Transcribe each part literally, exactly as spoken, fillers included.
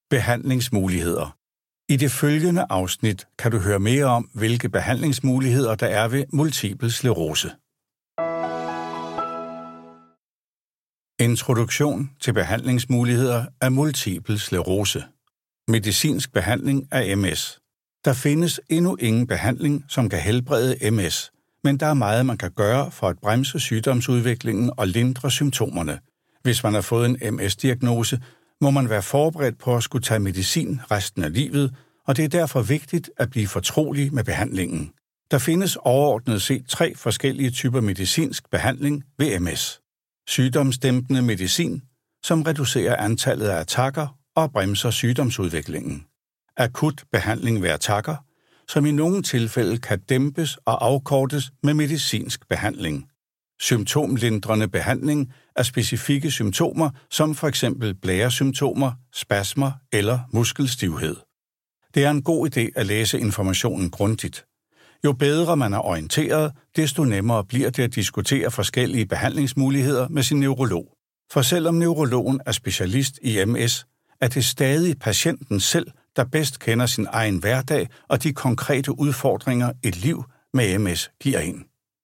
Behandlingsmuligheder. I det følgende afsnit kan du høre mere om, hvilke behandlingsmuligheder der er ved multipel sklerose. Introduktion til behandlingsmuligheder af multipel sklerose. Medicinsk behandling af M S. Der findes endnu ingen behandling, som kan helbrede M S, men der er meget, man kan gøre for at bremse sygdomsudviklingen og lindre symptomerne. Hvis man har fået en M S-diagnose, må man være forberedt på at skulle tage medicin resten af livet, og det er derfor vigtigt at blive fortrolig med behandlingen. Der findes overordnet set tre forskellige typer medicinsk behandling ved M S. Sygdomsdæmpende medicin, som reducerer antallet af attacker og bremser sygdomsudviklingen. Akut behandling ved attacker, som i nogle tilfælde kan dæmpes og afkortes med medicinsk behandling. Symptomlindrende behandling af specifikke symptomer, som for eksempel blæresymptomer, spasmer eller muskelstivhed. Det er en god idé at læse informationen grundigt. Jo bedre man er orienteret, desto nemmere bliver det at diskutere forskellige behandlingsmuligheder med sin neurolog. For selvom neurologen er specialist i M S, er det stadig patienten selv, der bedst kender sin egen hverdag og de konkrete udfordringer, et liv med M S giver en.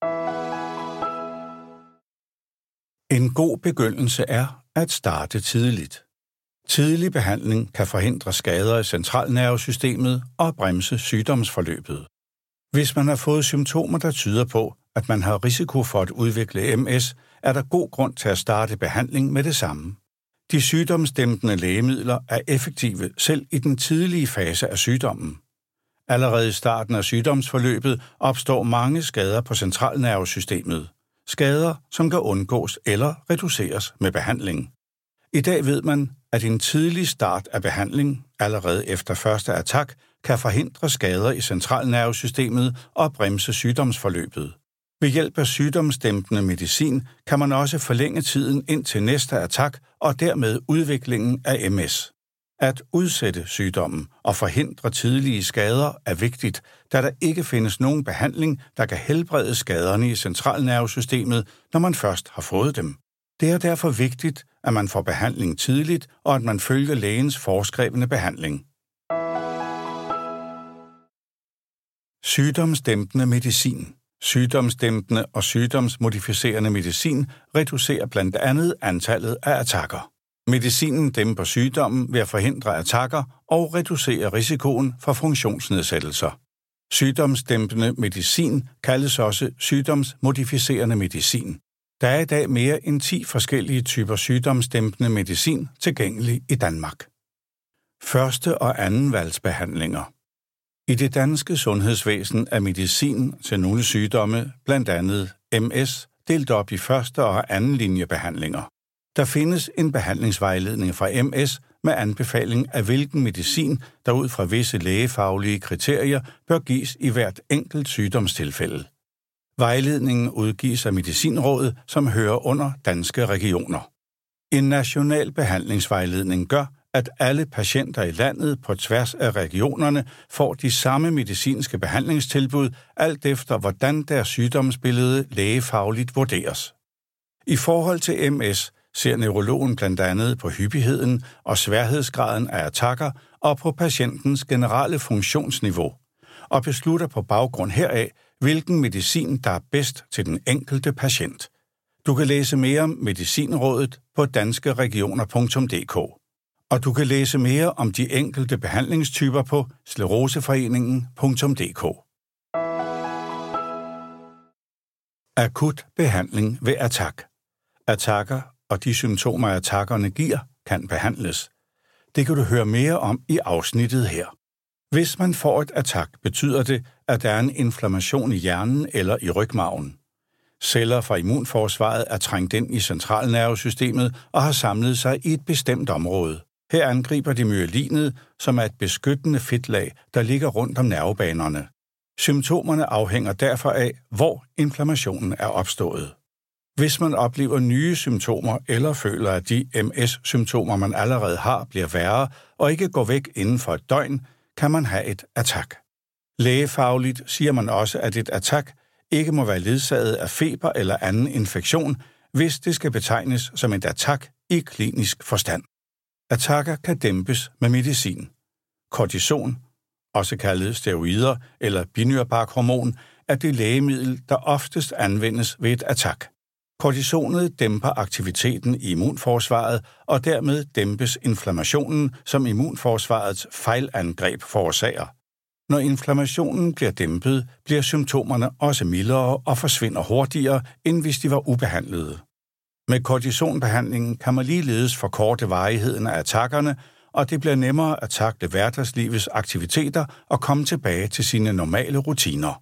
En god begyndelse er at starte tidligt. Tidlig behandling kan forhindre skader i centralnervesystemet og bremse sygdomsforløbet. Hvis man har fået symptomer, der tyder på, at man har risiko for at udvikle M S, er der god grund til at starte behandling med det samme. De sygdomsdæmpende lægemidler er effektive selv i den tidlige fase af sygdommen. Allerede i starten af sygdomsforløbet opstår mange skader på centralnervesystemet. Skader, som kan undgås eller reduceres med behandling. I dag ved man, at en tidlig start af behandling, allerede efter første attak, kan forhindre skader i centralnervesystemet og bremse sygdomsforløbet. Ved hjælp af sygdomsdæmpende medicin kan man også forlænge tiden ind til næste attak og dermed udviklingen af M S. At udsætte sygdommen og forhindre tidlige skader er vigtigt, da der ikke findes nogen behandling, der kan helbrede skaderne i centralnervesystemet, når man først har fået dem. Det er derfor vigtigt, at man får behandling tidligt, og at man følger lægens foreskrevne behandling. Sygdomsdæmpende medicin. Sygdomsdæmpende og sygdomsmodificerende medicin reducerer blandt andet antallet af attacker. Medicinen dæmper sygdommen ved at forhindre attacker og reducere risikoen for funktionsnedsættelser. Sygdomsdæmpende medicin kaldes også sygdomsmodificerende medicin. Der er i dag mere end ti forskellige typer sygdomsdæmpende medicin tilgængelig i Danmark. Første- og andenvalgsbehandlinger. I det danske sundhedsvæsen er medicin til nogle sygdomme, blandt andet M S, delt op i første- og andenlinjebehandlinger. Der findes en behandlingsvejledning fra M S med anbefaling af hvilken medicin, der ud fra visse lægefaglige kriterier bør gives i hvert enkelt sygdomstilfælde. Vejledningen udgives af Medicinrådet, som hører under Danske Regioner. En national behandlingsvejledning gør, at alle patienter i landet på tværs af regionerne får de samme medicinske behandlingstilbud, alt efter hvordan deres sygdomsbillede lægefagligt vurderes. I forhold til M S ser neurologen blandt andet på hyppigheden og sværhedsgraden af attacker og på patientens generelle funktionsniveau, og beslutter på baggrund heraf, hvilken medicin, der er bedst til den enkelte patient. Du kan læse mere om Medicinrådet på danskeregioner punktum d k. Og du kan læse mere om de enkelte behandlingstyper på skleroseforeningen punktum d k. Akut behandling ved attak. Attacker og de symptomer, attackerne giver, kan behandles. Det kan du høre mere om i afsnittet her. Hvis man får et attak, betyder det, at der er en inflammation i hjernen eller i rygmarven. Celler fra immunforsvaret er trængt ind i centralnervesystemet og har samlet sig i et bestemt område. Her angriber de myelinet, som er et beskyttende fedtlag, der ligger rundt om nervebanerne. Symptomerne afhænger derfor af, hvor inflammationen er opstået. Hvis man oplever nye symptomer eller føler, at de M S-symptomer, man allerede har, bliver værre og ikke går væk inden for et døgn, kan man have et attak. Lægefagligt siger man også, at et attak ikke må være ledsaget af feber eller anden infektion, hvis det skal betegnes som et attak i klinisk forstand. Attacker kan dæmpes med medicin. Kortison, også kaldet steroider eller binyrbarkhormon, er det lægemiddel, der oftest anvendes ved et attak. Kortisonet dæmper aktiviteten i immunforsvaret, og dermed dæmpes inflammationen, som immunforsvarets fejlangreb forårsager. Når inflammationen bliver dæmpet, bliver symptomerne også mildere og forsvinder hurtigere, end hvis de var ubehandlede. Med kortisonbehandlingen kan man ligeledes forkorte varigheden af attackerne, og det bliver nemmere at takle hverdagslivets aktiviteter og komme tilbage til sine normale rutiner.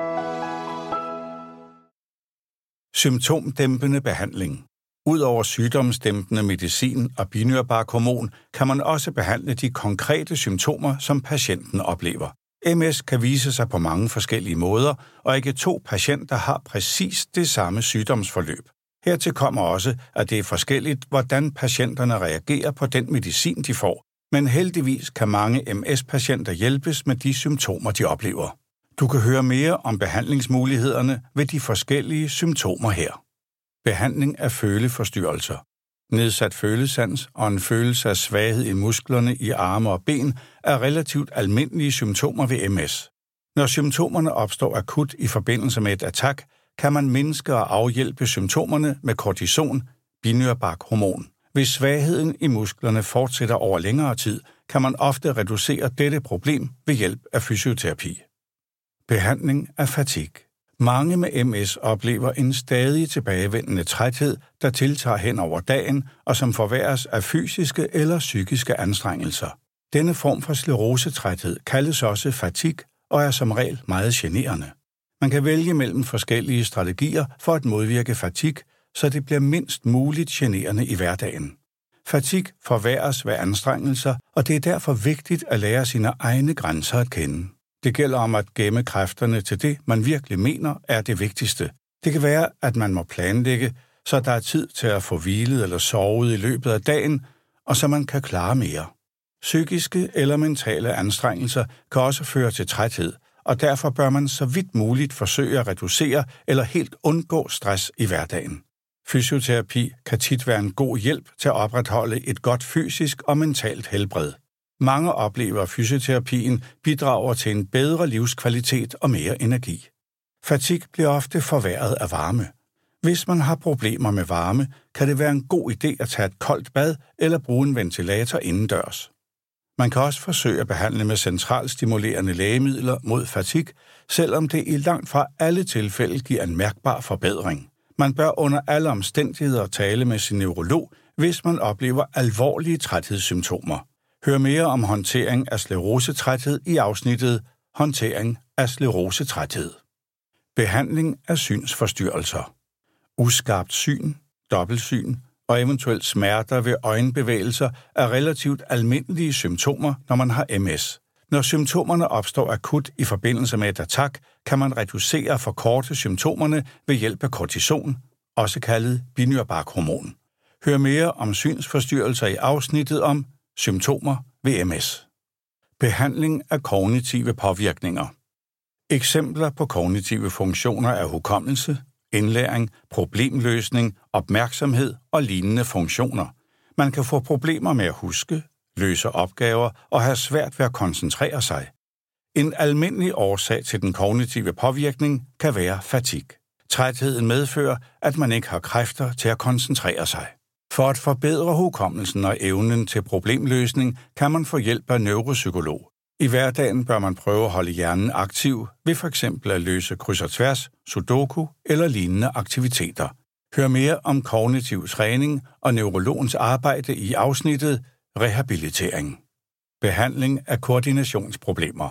Symptomdæmpende behandling. Udover sygdomsdæmpende medicin og binyrbarkhormon kan man også behandle de konkrete symptomer, som patienten oplever. M S kan vise sig på mange forskellige måder, og ikke to patienter har præcis det samme sygdomsforløb. Hertil kommer også, at det er forskelligt, hvordan patienterne reagerer på den medicin, de får, men heldigvis kan mange M S-patienter hjælpes med de symptomer, de oplever. Du kan høre mere om behandlingsmulighederne ved de forskellige symptomer her. Behandling af føleforstyrrelser. Nedsat følesans og en følelse af svaghed i musklerne i arme og ben er relativt almindelige symptomer ved M S. Når symptomerne opstår akut i forbindelse med et attak, kan man mindske og afhjælpe symptomerne med kortison, binyrbarkhormon. Hvis svagheden i musklerne fortsætter over længere tid, kan man ofte reducere dette problem ved hjælp af fysioterapi. Behandling af fatigue. Mange med M S oplever en stadig tilbagevendende træthed, der tiltager hen over dagen og som forværres af fysiske eller psykiske anstrengelser. Denne form for sklerosetræthed kaldes også fatigue og er som regel meget generende. Man kan vælge mellem forskellige strategier for at modvirke fatigue, så det bliver mindst muligt generende i hverdagen. Fatigue forværres ved anstrengelser, og det er derfor vigtigt at lære sine egne grænser at kende. Det gælder om at gemme kræfterne til det, man virkelig mener er det vigtigste. Det kan være, at man må planlægge, så der er tid til at få hvilet eller sovet i løbet af dagen, og så man kan klare mere. Psykiske eller mentale anstrengelser kan også føre til træthed, og derfor bør man så vidt muligt forsøge at reducere eller helt undgå stress i hverdagen. Fysioterapi kan tit være en god hjælp til at opretholde et godt fysisk og mentalt helbred. Mange oplever, at fysioterapien bidrager til en bedre livskvalitet og mere energi. Fatigue bliver ofte forværret af varme. Hvis man har problemer med varme, kan det være en god idé at tage et koldt bad eller bruge en ventilator indendørs. Man kan også forsøge at behandle med centralstimulerende lægemidler mod fatigue, selvom det i langt fra alle tilfælde giver en mærkbar forbedring. Man bør under alle omstændigheder tale med sin neurolog, hvis man oplever alvorlige træthedssymptomer. Hør mere om håndtering af sklerosetræthed i afsnittet Håndtering af sklerosetræthed. Behandling af synsforstyrrelser. Uskarpt syn, dobbeltsyn og eventuelt smerter ved øjenbevægelser er relativt almindelige symptomer, når man har M S. Når symptomerne opstår akut i forbindelse med et attak, kan man reducere og forkorte symptomerne ved hjælp af kortison, også kaldet binyrbarkhormon. Hør mere om synsforstyrrelser i afsnittet om symptomer ved M S. Behandling af kognitive påvirkninger. Eksempler på kognitive funktioner er hukommelse, indlæring, problemløsning, opmærksomhed og lignende funktioner. Man kan få problemer med at huske, løse opgaver og have svært ved at koncentrere sig. En almindelig årsag til den kognitive påvirkning kan være fatigue. Trætheden medfører, at man ikke har kræfter til at koncentrere sig. For at forbedre hukommelsen og evnen til problemløsning, kan man få hjælp af neuropsykolog. I hverdagen bør man prøve at holde hjernen aktiv ved for eksempel at løse kryds og tværs, sudoku eller lignende aktiviteter. Hør mere om kognitiv træning og neurologens arbejde i afsnittet Rehabilitering. Behandling af koordinationsproblemer.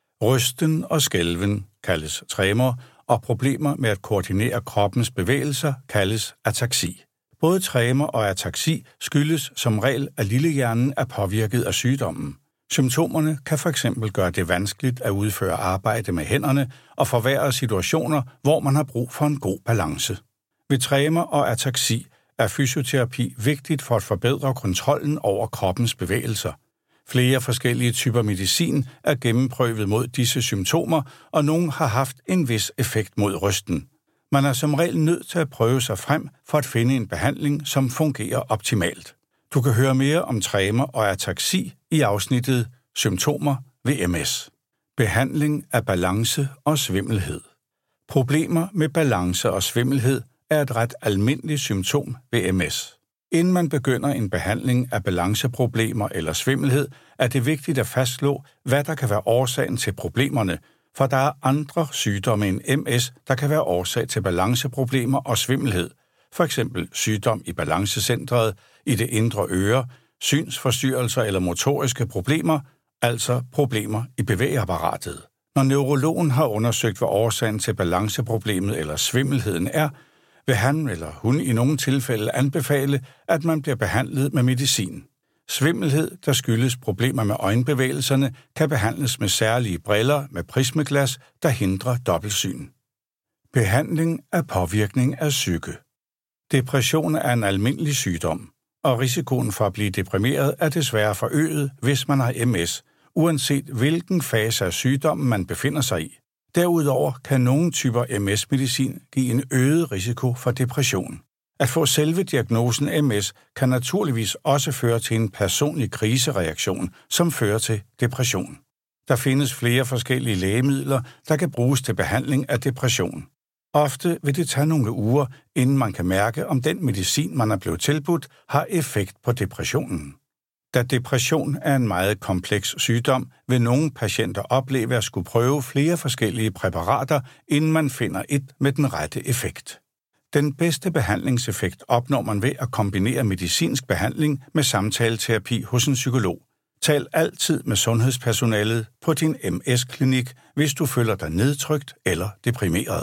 Rysten og skælven kaldes tremor, og problemer med at koordinere kroppens bevægelser kaldes ataksi. Både tremor og ataksi skyldes som regel, at lillehjernen er påvirket af sygdommen. Symptomerne kan fx gøre det vanskeligt at udføre arbejde med hænderne og forværre situationer, hvor man har brug for en god balance. Ved tremor og ataksi er fysioterapi vigtigt for at forbedre kontrollen over kroppens bevægelser. Flere forskellige typer medicin er gennemprøvet mod disse symptomer, og nogle har haft en vis effekt mod rysten. Man er som regel nødt til at prøve sig frem for at finde en behandling, som fungerer optimalt. Du kan høre mere om tremor og ataksi i afsnittet Symptomer ved M S. Behandling af balance og svimmelhed. Problemer med balance og svimmelhed er et ret almindeligt symptom ved M S. Inden man begynder en behandling af balanceproblemer eller svimmelhed, er det vigtigt at fastslå, hvad der kan være årsagen til problemerne, for der er andre sygdomme end M S, der kan være årsag til balanceproblemer og svimmelhed, for eksempel sygdom i balancecentret, i det indre øre, synsforstyrrelser eller motoriske problemer, altså problemer i bevægeapparatet. Når neurologen har undersøgt, hvad årsagen til balanceproblemet eller svimmelheden er, vil han eller hun i nogle tilfælde anbefale, at man bliver behandlet med medicin. Svimmelhed, der skyldes problemer med øjenbevægelserne, kan behandles med særlige briller med prismeglas, der hindrer dobbeltsyn. Behandling af påvirkning af psyke. Depression er en almindelig sygdom, og risikoen for at blive deprimeret er desværre forøget, hvis man har M S, uanset hvilken fase af sygdommen man befinder sig i. Derudover kan nogle typer M S-medicin give en øget risiko for depression. At få selve diagnosen M S kan naturligvis også føre til en personlig krisereaktion, som fører til depression. Der findes flere forskellige lægemidler, der kan bruges til behandling af depression. Ofte vil det tage nogle uger, inden man kan mærke, om den medicin, man er blevet tilbudt, har effekt på depressionen. Da depression er en meget kompleks sygdom, vil nogle patienter opleve at skulle prøve flere forskellige præparater, inden man finder et med den rette effekt. Den bedste behandlingseffekt opnår man ved at kombinere medicinsk behandling med samtaleterapi hos en psykolog. Tal altid med sundhedspersonalet på din M S-klinik, hvis du føler dig nedtrykt eller deprimeret.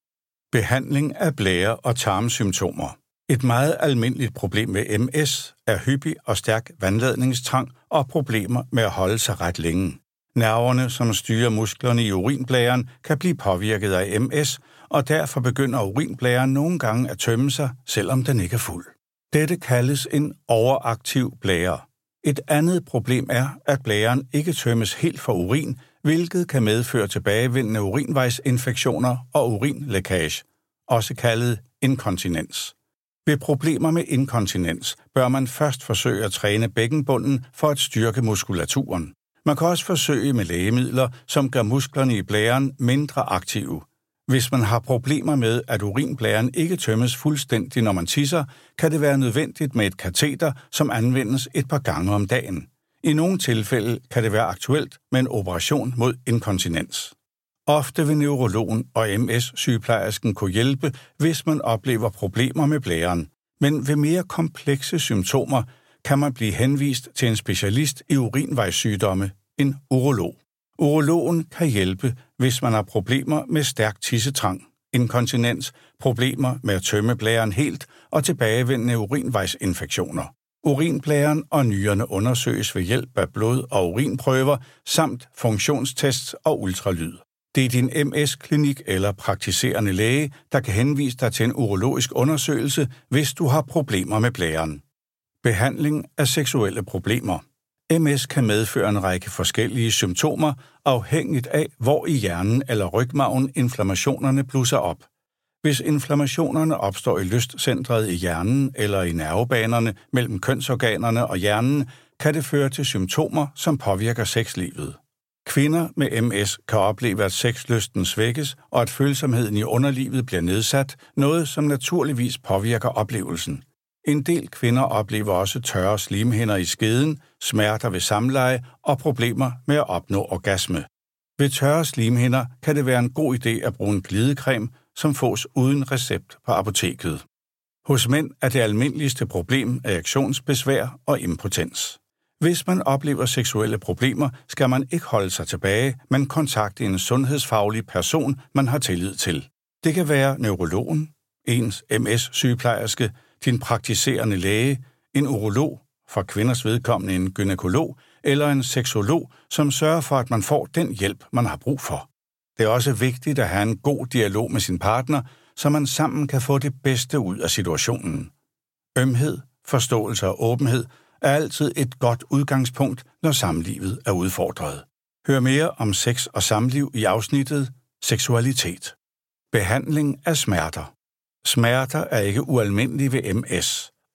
Behandling af blære- og tarmsymptomer. Et meget almindeligt problem med M S er hyppig og stærk vandladningstrang og problemer med at holde sig ret længe. Nerverne, som styrer musklerne i urinblæren, kan blive påvirket af M S, og derfor begynder urinblæren nogle gange at tømme sig, selvom den ikke er fuld. Dette kaldes en overaktiv blære. Et andet problem er, at blæren ikke tømmes helt for urin, hvilket kan medføre tilbagevendende urinvejsinfektioner og urinlækage, også kaldet inkontinens. Ved problemer med inkontinens bør man først forsøge at træne bækkenbunden for at styrke muskulaturen. Man kan også forsøge med lægemidler, som gør musklerne i blæren mindre aktive. Hvis man har problemer med, at urinblæren ikke tømmes fuldstændig, når man tisser, kan det være nødvendigt med et kateter, som anvendes et par gange om dagen. I nogle tilfælde kan det være aktuelt med en operation mod inkontinens. Ofte vil neurologen og M S-sygeplejersken kunne hjælpe, hvis man oplever problemer med blæren. Men ved mere komplekse symptomer kan man blive henvist til en specialist i urinvejssygdomme, en urolog. Urologen kan hjælpe, hvis man har problemer med stærk tissetrang, inkontinens, problemer med at tømme blæren helt og tilbagevendende urinvejsinfektioner. Urinblæren og nyrerne undersøges ved hjælp af blod- og urinprøver samt funktionstests og ultralyd. Det er din M S-klinik eller praktiserende læge, der kan henvise dig til en urologisk undersøgelse, hvis du har problemer med blæren. Behandling af seksuelle problemer. M S kan medføre en række forskellige symptomer, afhængigt af, hvor i hjernen eller rygmarven inflammationerne blusser op. Hvis inflammationerne opstår i lystcentret i hjernen eller i nervebanerne mellem kønsorganerne og hjernen, kan det føre til symptomer, som påvirker sexlivet. Kvinder med M S kan opleve, at sexlysten svækkes, og at følsomheden i underlivet bliver nedsat, noget som naturligvis påvirker oplevelsen. En del kvinder oplever også tørre slimhinder i skeden, smerter ved samleje og problemer med at opnå orgasme. Ved tørre slimhinder kan det være en god idé at bruge en glidecreme, som fås uden recept på apoteket. Hos mænd er det almindeligste problem erektionsbesvær og impotens. Hvis man oplever seksuelle problemer, skal man ikke holde sig tilbage, men kontakte en sundhedsfaglig person, man har tillid til. Det kan være neurologen, ens M S-sygeplejerske, din praktiserende læge, en urolog, for kvinders vedkommende en gynækolog, eller en seksolog, som sørger for, at man får den hjælp, man har brug for. Det er også vigtigt at have en god dialog med sin partner, så man sammen kan få det bedste ud af situationen. Ømhed, forståelse og åbenhed er altid et godt udgangspunkt, når samlivet er udfordret. Hør mere om sex og samliv i afsnittet Seksualitet. Behandling af smerter. Smerter er ikke ualmindelige ved M S,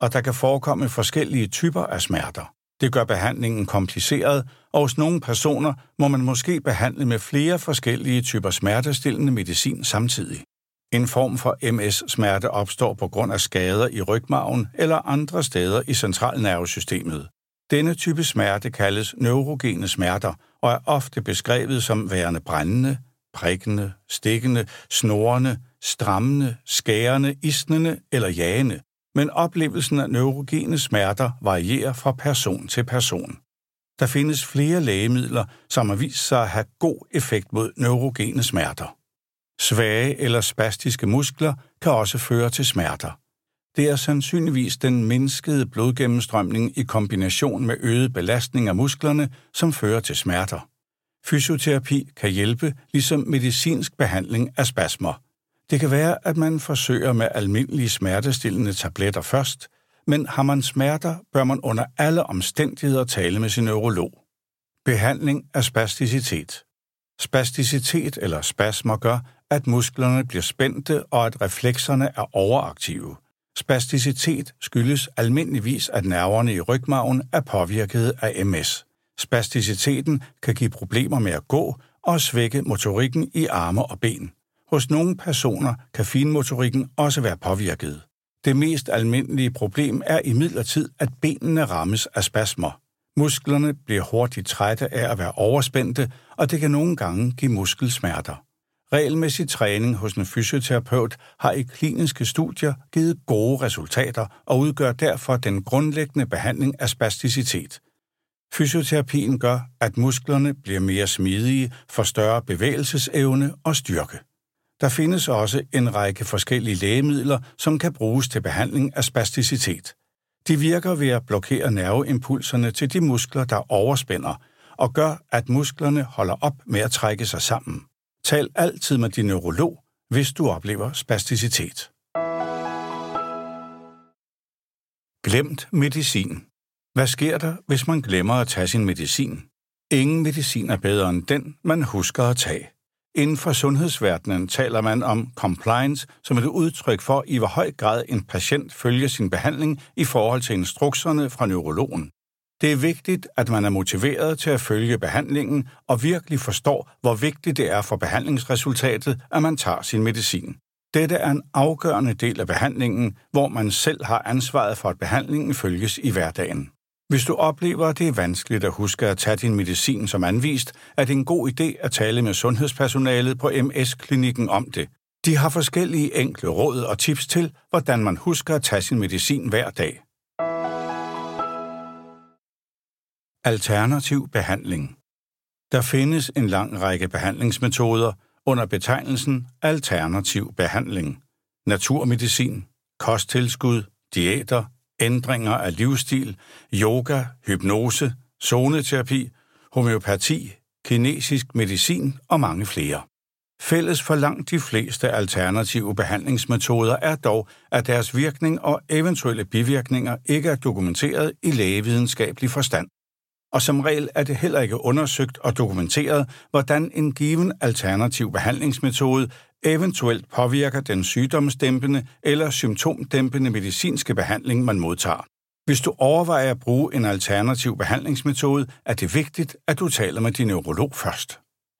og der kan forekomme forskellige typer af smerter. Det gør behandlingen kompliceret, og hos nogle personer må man måske behandle med flere forskellige typer smertestillende medicin samtidig. En form for M S-smerte opstår på grund af skader i rygmarven eller andre steder i centralnervesystemet. Denne type smerte kaldes neurogene smerter og er ofte beskrevet som værende brændende, prikkende, stikkende, snorende, strammende, skærende, isnende eller jagende, men oplevelsen af neurogene smerter varierer fra person til person. Der findes flere lægemidler, som har vist sig at have god effekt mod neurogene smerter. Svage eller spastiske muskler kan også føre til smerter. Det er sandsynligvis den mindskede blodgennemstrømning i kombination med øget belastning af musklerne, som fører til smerter. Fysioterapi kan hjælpe, ligesom medicinsk behandling af spasmer. Det kan være, at man forsøger med almindelige smertestillende tabletter først, men har man smerter, bør man under alle omstændigheder tale med sin neurolog. Behandling af spasticitet. Spasticitet eller spasmer gør, at musklerne bliver spændte og at reflekserne er overaktive. Spasticitet skyldes almindeligvis, at nerverne i rygmarven er påvirket af M S. Spasticiteten kan give problemer med at gå og svække motorikken i arme og ben. Hos nogle personer kan finmotorikken også være påvirket. Det mest almindelige problem er imidlertid, at benene rammes af spasmer. Musklerne bliver hurtigt trætte af at være overspændte, og det kan nogle gange give muskelsmerter. Regelmæssig træning hos en fysioterapeut har i kliniske studier givet gode resultater og udgør derfor den grundlæggende behandling af spasticitet. Fysioterapien gør, at musklerne bliver mere smidige, får større bevægelsesevne og styrke. Der findes også en række forskellige lægemidler, som kan bruges til behandling af spasticitet. De virker ved at blokere nerveimpulserne til de muskler, der overspænder, og gør, at musklerne holder op med at trække sig sammen. Tal altid med din neurolog, hvis du oplever spasticitet. Glemt medicin. Hvad sker der, hvis man glemmer at tage sin medicin? Ingen medicin er bedre end den, man husker at tage. Inden for sundhedsverdenen taler man om compliance som et udtryk for, i hvor høj grad en patient følger sin behandling i forhold til instrukserne fra neurologen. Det er vigtigt, at man er motiveret til at følge behandlingen og virkelig forstår, hvor vigtigt det er for behandlingsresultatet, at man tager sin medicin. Dette er en afgørende del af behandlingen, hvor man selv har ansvaret for, at behandlingen følges i hverdagen. Hvis du oplever, at det er vanskeligt at huske at tage din medicin som anvist, er det en god idé at tale med sundhedspersonalet på M S-klinikken om det. De har forskellige enkle råd og tips til, hvordan man husker at tage sin medicin hver dag. Alternativ behandling. Der findes en lang række behandlingsmetoder under betegnelsen alternativ behandling. Naturmedicin, kosttilskud, diæter, ændringer af livsstil, yoga, hypnose, zoneterapi, homøopati, kinesisk medicin og mange flere. Fælles for langt de fleste alternative behandlingsmetoder er dog, at deres virkning og eventuelle bivirkninger ikke er dokumenteret i lægevidenskabelig forstand. Og som regel er det heller ikke undersøgt og dokumenteret, hvordan en given alternativ behandlingsmetode eventuelt påvirker den sygdomsdæmpende eller symptomdæmpende medicinske behandling, man modtager. Hvis du overvejer at bruge en alternativ behandlingsmetode, er det vigtigt, at du taler med din neurolog først.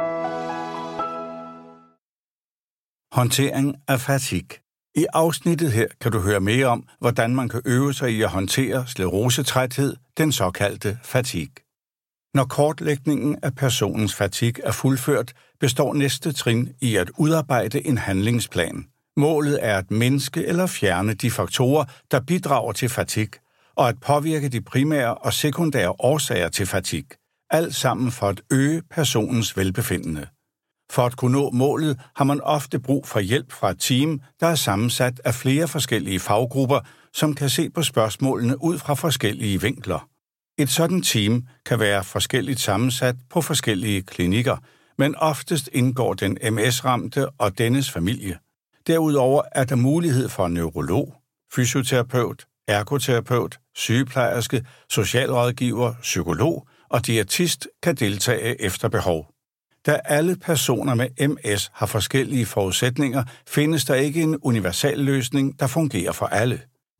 Håndtering af fatigue. I afsnittet her kan du høre mere om, hvordan man kan øve sig i at håndtere sklerosetræthed, den såkaldte fatigue. Når kortlægningen af personens fatigue er fuldført, består næste trin i at udarbejde en handlingsplan. Målet er at mindske eller fjerne de faktorer, der bidrager til fatigue, og at påvirke de primære og sekundære årsager til fatigue. Alt sammen for at øge personens velbefindende. For at kunne nå målet har man ofte brug for hjælp fra et team, der er sammensat af flere forskellige faggrupper, som kan se på spørgsmålene ud fra forskellige vinkler. Et sådan team kan være forskelligt sammensat på forskellige klinikker, men oftest indgår den M S-ramte og dennes familie. Derudover er der mulighed for en neurolog, fysioterapeut, ergoterapeut, sygeplejerske, socialrådgiver, psykolog og diætist kan deltage efter behov. Da alle personer med M S har forskellige forudsætninger, findes der ikke en universal løsning, der fungerer for alle.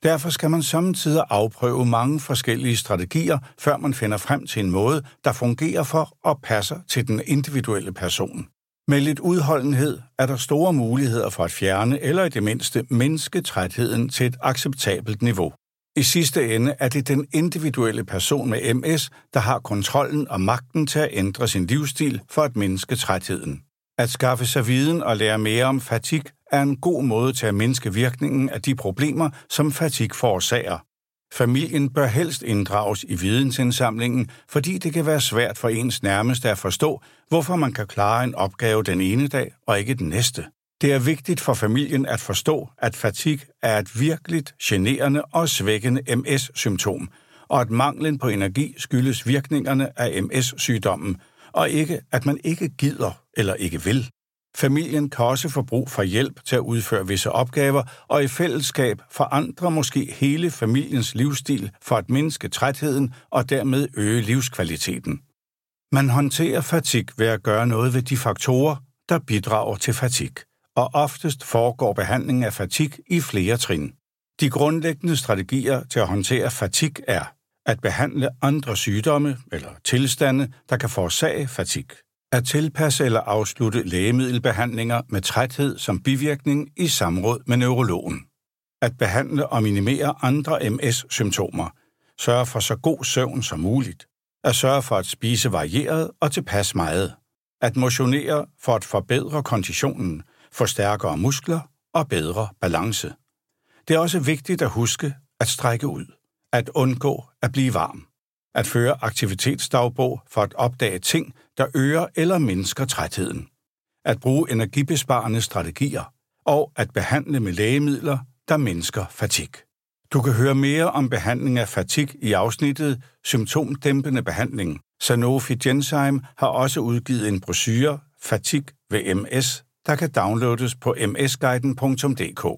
Derfor skal man samtidig afprøve mange forskellige strategier, før man finder frem til en måde, der fungerer for og passer til den individuelle person. Med lidt udholdenhed er der store muligheder for at fjerne eller i det mindste mindske trætheden til et acceptabelt niveau. I sidste ende er det den individuelle person med M S, der har kontrollen og magten til at ændre sin livsstil for at mindske trætheden. At skaffe sig viden og lære mere om fatigue er en god måde til at mindske virkningen af de problemer, som fatigue forårsager. Familien bør helst inddrages i vidensindsamlingen, fordi det kan være svært for ens nærmeste at forstå, hvorfor man kan klare en opgave den ene dag og ikke den næste. Det er vigtigt for familien at forstå, at fatigue er et virkeligt generende og svækkende M S-symptom, og at manglen på energi skyldes virkningerne af M S-sygdommen, og ikke at man ikke gider eller ikke vil. Familien kan også få brug for hjælp til at udføre visse opgaver, og i fællesskab forandre måske hele familiens livsstil for at mindske trætheden og dermed øge livskvaliteten. Man håndterer fatigue ved at gøre noget ved de faktorer, der bidrager til fatigue, og oftest foregår behandlingen af fatigue i flere trin. De grundlæggende strategier til at håndtere fatigue er at behandle andre sygdomme eller tilstande, der kan forårsage fatigue. At tilpasse eller afslutte lægemiddelbehandlinger med træthed som bivirkning i samråd med neurologen. At behandle og minimere andre M S-symptomer. Sørge for så god søvn som muligt. At sørge for at spise varieret og tilpas meget. At motionere for at forbedre konditionen, få stærkere muskler og bedre balance. Det er også vigtigt at huske at strække ud. At undgå at blive varm. At føre aktivitetsdagbog for at opdage ting, der øger eller mindsker trætheden. At bruge energibesparende strategier. Og at behandle med lægemidler, der mindsker fatigue. Du kan høre mere om behandling af fatigue i afsnittet Symptomdæmpende behandling. Sanofi Genzyme har også udgivet en brochure, Fatigue ved M S, der kan downloades på m s guiden punktum d k.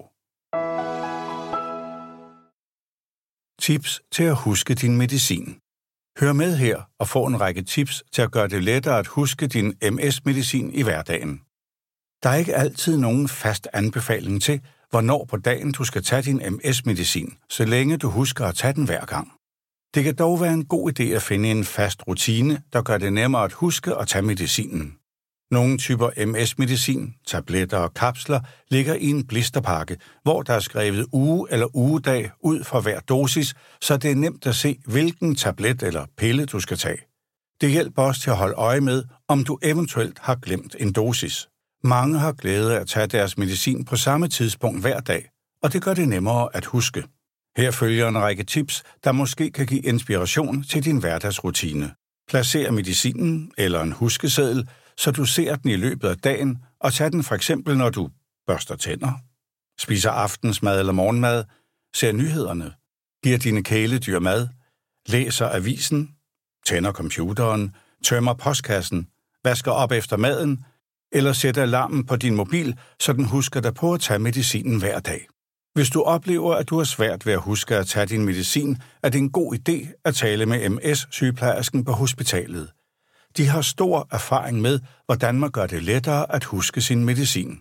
Tips til at huske din medicin. Hør med her og få en række tips til at gøre det lettere at huske din M S-medicin i hverdagen. Der er ikke altid nogen fast anbefaling til, hvornår på dagen du skal tage din M S-medicin, så længe du husker at tage den hver gang. Det kan dog være en god idé at finde en fast rutine, der gør det nemmere at huske at tage medicinen. Nogle typer M S-medicin, tabletter og kapsler ligger i en blisterpakke, hvor der er skrevet uge eller ugedag ud for hver dosis, så det er nemt at se, hvilken tablet eller pille du skal tage. Det hjælper også til at holde øje med, om du eventuelt har glemt en dosis. Mange har glæde af at tage deres medicin på samme tidspunkt hver dag, og det gør det nemmere at huske. Her følger en række tips, der måske kan give inspiration til din hverdagsrutine. Placer medicinen eller en huskeseddel, så du ser den i løbet af dagen, og tag den for eksempel, når du børster tænder, spiser aftensmad eller morgenmad, ser nyhederne, giver dine kæledyr mad, læser avisen, tænder computeren, tømmer postkassen, vasker op efter maden, eller sætter alarmen på din mobil, så den husker dig på at tage medicinen hver dag. Hvis du oplever, at du har svært ved at huske at tage din medicin, er det en god idé at tale med M S-sygeplejersken på hospitalet. De har stor erfaring med, hvordan man gør det lettere at huske sin medicin.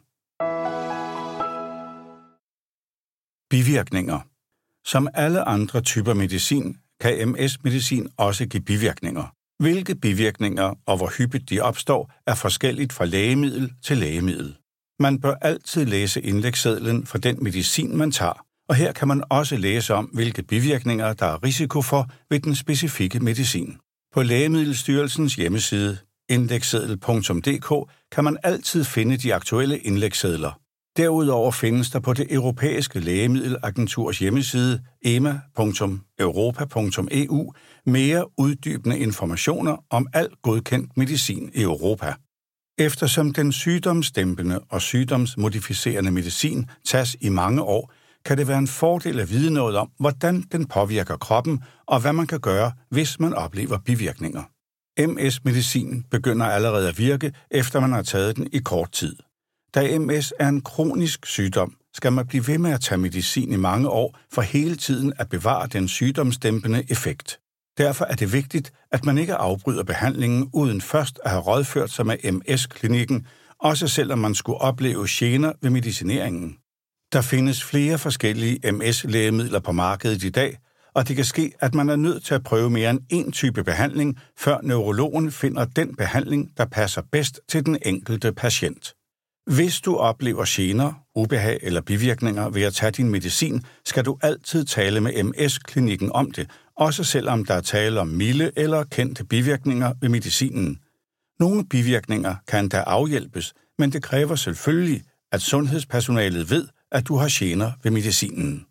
Bivirkninger. Som alle andre typer medicin, kan M S-medicin også give bivirkninger. Hvilke bivirkninger og hvor hyppigt de opstår, er forskelligt fra lægemiddel til lægemiddel. Man bør altid læse indlægssedlen for den medicin, man tager, og her kan man også læse om, hvilke bivirkninger der er risiko for ved den specifikke medicin. På Lægemiddelstyrelsens hjemmeside indlægsseddel punktum d k kan man altid finde de aktuelle indlægssedler. Derudover findes der på det europæiske lægemiddelagenturs hjemmeside e m a punktum europa punktum e u mere uddybende informationer om al godkendt medicin i Europa. Eftersom den sygdomsdæmpende og sygdomsmodificerende medicin tages i mange år, kan det være en fordel at vide noget om, hvordan den påvirker kroppen, og hvad man kan gøre, hvis man oplever bivirkninger. M S-medicin begynder allerede at virke, efter man har taget den i kort tid. Da M S er en kronisk sygdom, skal man blive ved med at tage medicin i mange år, for hele tiden at bevare den sygdomsdæmpende effekt. Derfor er det vigtigt, at man ikke afbryder behandlingen uden først at have rådført sig med M S-klinikken, også selvom man skulle opleve gener ved medicineringen. Der findes flere forskellige M S-lægemidler på markedet i dag, og det kan ske, at man er nødt til at prøve mere end én type behandling, før neurologen finder den behandling, der passer bedst til den enkelte patient. Hvis du oplever gener, ubehag eller bivirkninger ved at tage din medicin, skal du altid tale med M S-klinikken om det, også selvom der er tale om milde eller kendte bivirkninger ved medicinen. Nogle bivirkninger kan da afhjælpes, men det kræver selvfølgelig, at sundhedspersonalet ved, at du har gener ved medicinen.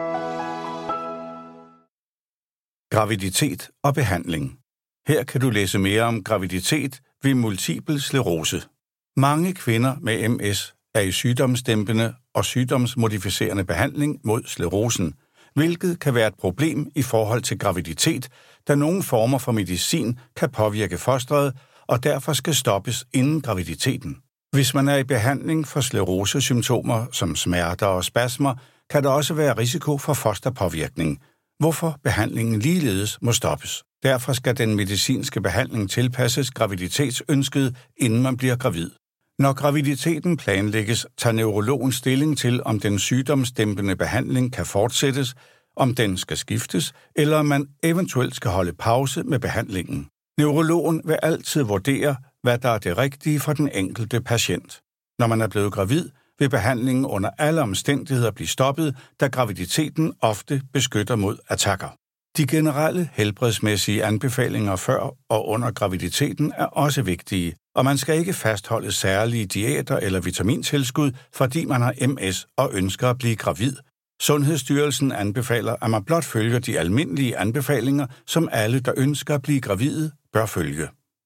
Graviditet og behandling. Her kan du læse mere om graviditet ved multipel sklerose. Mange kvinder med M S er i sygdomsdæmpende og sygdomsmodificerende behandling mod sklerosen, hvilket kan være et problem i forhold til graviditet, da nogle former for medicin kan påvirke fosteret og derfor skal stoppes inden graviditeten. Hvis man er i behandling for sklerosesymptomer som smerter og spasmer, kan der også være risiko for fosterpåvirkning, hvorfor behandlingen ligeledes må stoppes. Derfor skal den medicinske behandling tilpasses graviditetsønsket, inden man bliver gravid. Når graviditeten planlægges, tager neurologen stilling til, om den sygdomsdæmpende behandling kan fortsættes, om den skal skiftes, eller om man eventuelt skal holde pause med behandlingen. Neurologen vil altid vurdere, hvad der er det rigtige for den enkelte patient. Når man er blevet gravid, vil behandlingen under alle omstændigheder blive stoppet, da graviditeten ofte beskytter mod attacker. De generelle helbredsmæssige anbefalinger før og under graviditeten er også vigtige, og man skal ikke fastholde særlige diæter eller vitamintilskud, fordi man har M S og ønsker at blive gravid. Sundhedsstyrelsen anbefaler, at man blot følger de almindelige anbefalinger, som alle, der ønsker at blive gravide, bør følge.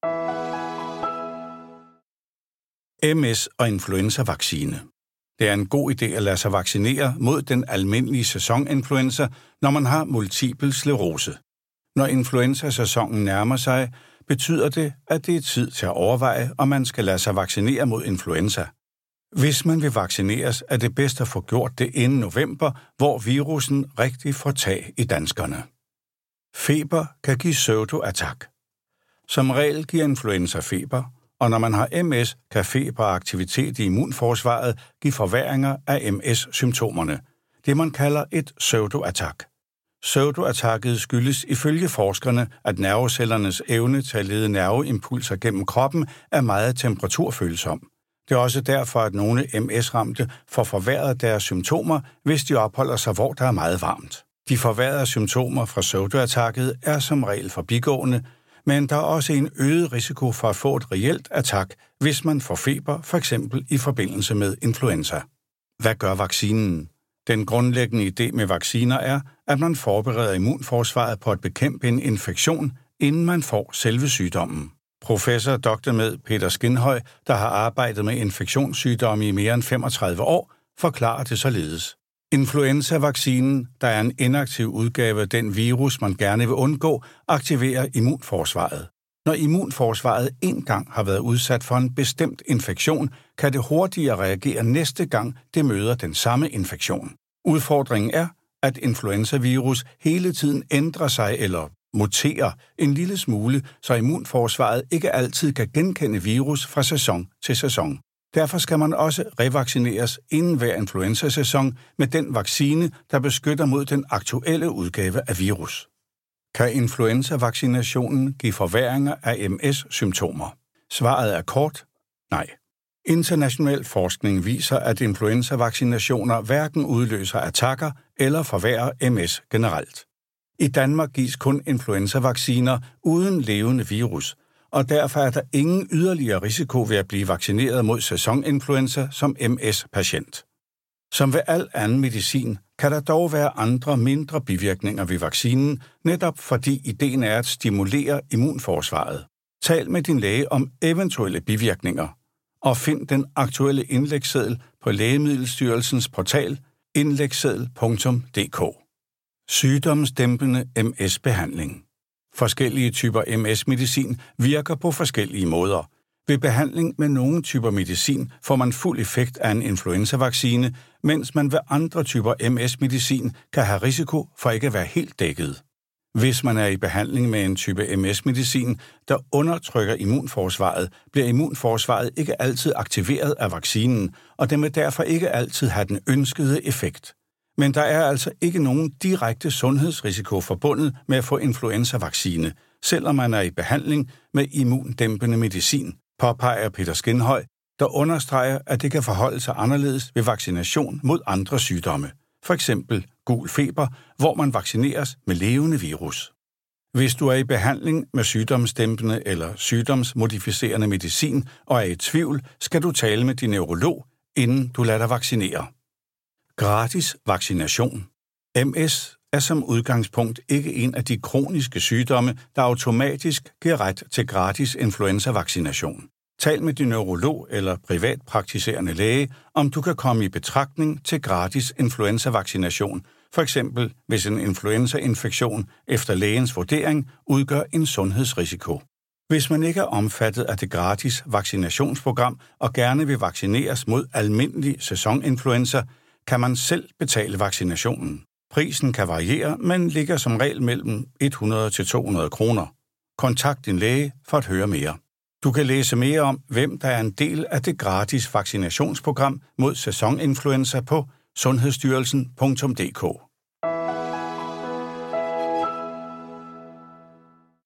M S og influenzavaccine. Det er en god idé at lade sig vaccinere mod den almindelige sæsoninfluenza, når man har multipel sklerose. Når influenzasæsonen nærmer sig, betyder det, at det er tid til at overveje, om man skal lade sig vaccinere mod influenza. Hvis man vil vaccineres, er det bedst at få gjort det inden november, hvor virussen rigtig får tag i danskerne. Feber kan give pseudoattack. Som regel giver influenza feber, og når man har M S, kan feber og aktivitet i immunforsvaret give forværringer af M S-symptomerne. Det man kalder et pseudoattack. Pseudoattacket skyldes ifølge forskerne, at nervecellernes evne til at lede nerveimpulser gennem kroppen er meget temperaturfølsom. Det er også derfor, at nogle M S-ramte får forværret deres symptomer, hvis de opholder sig, hvor der er meget varmt. De forværrede symptomer fra pseudoattacket er som regel forbigående, men der er også en øget risiko for at få et reelt attak, hvis man får feber, f.eks. i forbindelse med influenza. Hvad gør vaccinen? Den grundlæggende idé med vacciner er, at man forbereder immunforsvaret på at bekæmpe en infektion, inden man får selve sygdommen. Professor doktor med Peter Skinhøj, der har arbejdet med infektionssygdomme i mere end femogtredive år, forklarer det således. Influenzavaccinen, der er en inaktiv udgave af den virus, man gerne vil undgå, aktiverer immunforsvaret. Når immunforsvaret engang har været udsat for en bestemt infektion, kan det hurtigere reagere næste gang, det møder den samme infektion. Udfordringen er, at influenzavirus hele tiden ændrer sig eller muterer en lille smule, så immunforsvaret ikke altid kan genkende virus fra sæson til sæson. Derfor skal man også revaccineres inden hver influenzasæson med den vaccine, der beskytter mod den aktuelle udgave af virus. Kan influenzavaccinationen give forværringer af M S-symptomer? Svaret er kort: nej. International forskning viser, at influenzavaccinationer hverken udløser attacker eller forværrer M S generelt. I Danmark gives kun influenzavacciner uden levende virus, og derfor er der ingen yderligere risiko ved at blive vaccineret mod sæsoninfluenza som M S-patient. Som ved al anden medicin kan der dog være andre mindre bivirkninger ved vaccinen, netop fordi ideen er at stimulere immunforsvaret. Tal med din læge om eventuelle bivirkninger, og find den aktuelle indlægsseddel på Lægemiddelstyrelsens portal indlægsseddel punktum d k. Sygdomsdæmpende M S-behandling. Forskellige typer M S-medicin virker på forskellige måder. Ved behandling med nogle typer medicin får man fuld effekt af en influenzavaccine, mens man ved andre typer M S-medicin kan have risiko for ikke at være helt dækket. Hvis man er i behandling med en type M S-medicin, der undertrykker immunforsvaret, bliver immunforsvaret ikke altid aktiveret af vaccinen, og den vil derfor ikke altid have den ønskede effekt. Men der er altså ikke nogen direkte sundhedsrisiko forbundet med at få influenzavaccine, selvom man er i behandling med immundæmpende medicin, påpeger Peter Skinhøj, der understreger, at det kan forholde sig anderledes ved vaccination mod andre sygdomme, for eksempel gul feber, hvor man vaccineres med levende virus. Hvis du er i behandling med sygdomsdæmpende eller sygdomsmodificerende medicin og er i tvivl, skal du tale med din neurolog, inden du lader dig vaccinere. Gratis vaccination. M S er som udgangspunkt ikke en af de kroniske sygdomme, der automatisk giver ret til gratis influenza-vaccination. Tal med din neurolog eller privatpraktiserende læge, om du kan komme i betragtning til gratis influenza-vaccination, for eksempel hvis en influenzainfektion efter lægens vurdering udgør en sundhedsrisiko. Hvis man ikke er omfattet af det gratis vaccinationsprogram og gerne vil vaccineres mod almindelig sæsoninfluenza, kan man selv betale vaccinationen. Prisen kan variere, men ligger som regel mellem hundrede til to hundrede kroner. Kontakt din læge for at høre mere. Du kan læse mere om, hvem der er en del af det gratis vaccinationsprogram mod sæsoninfluenza på sundhedsstyrelsen punktum d k.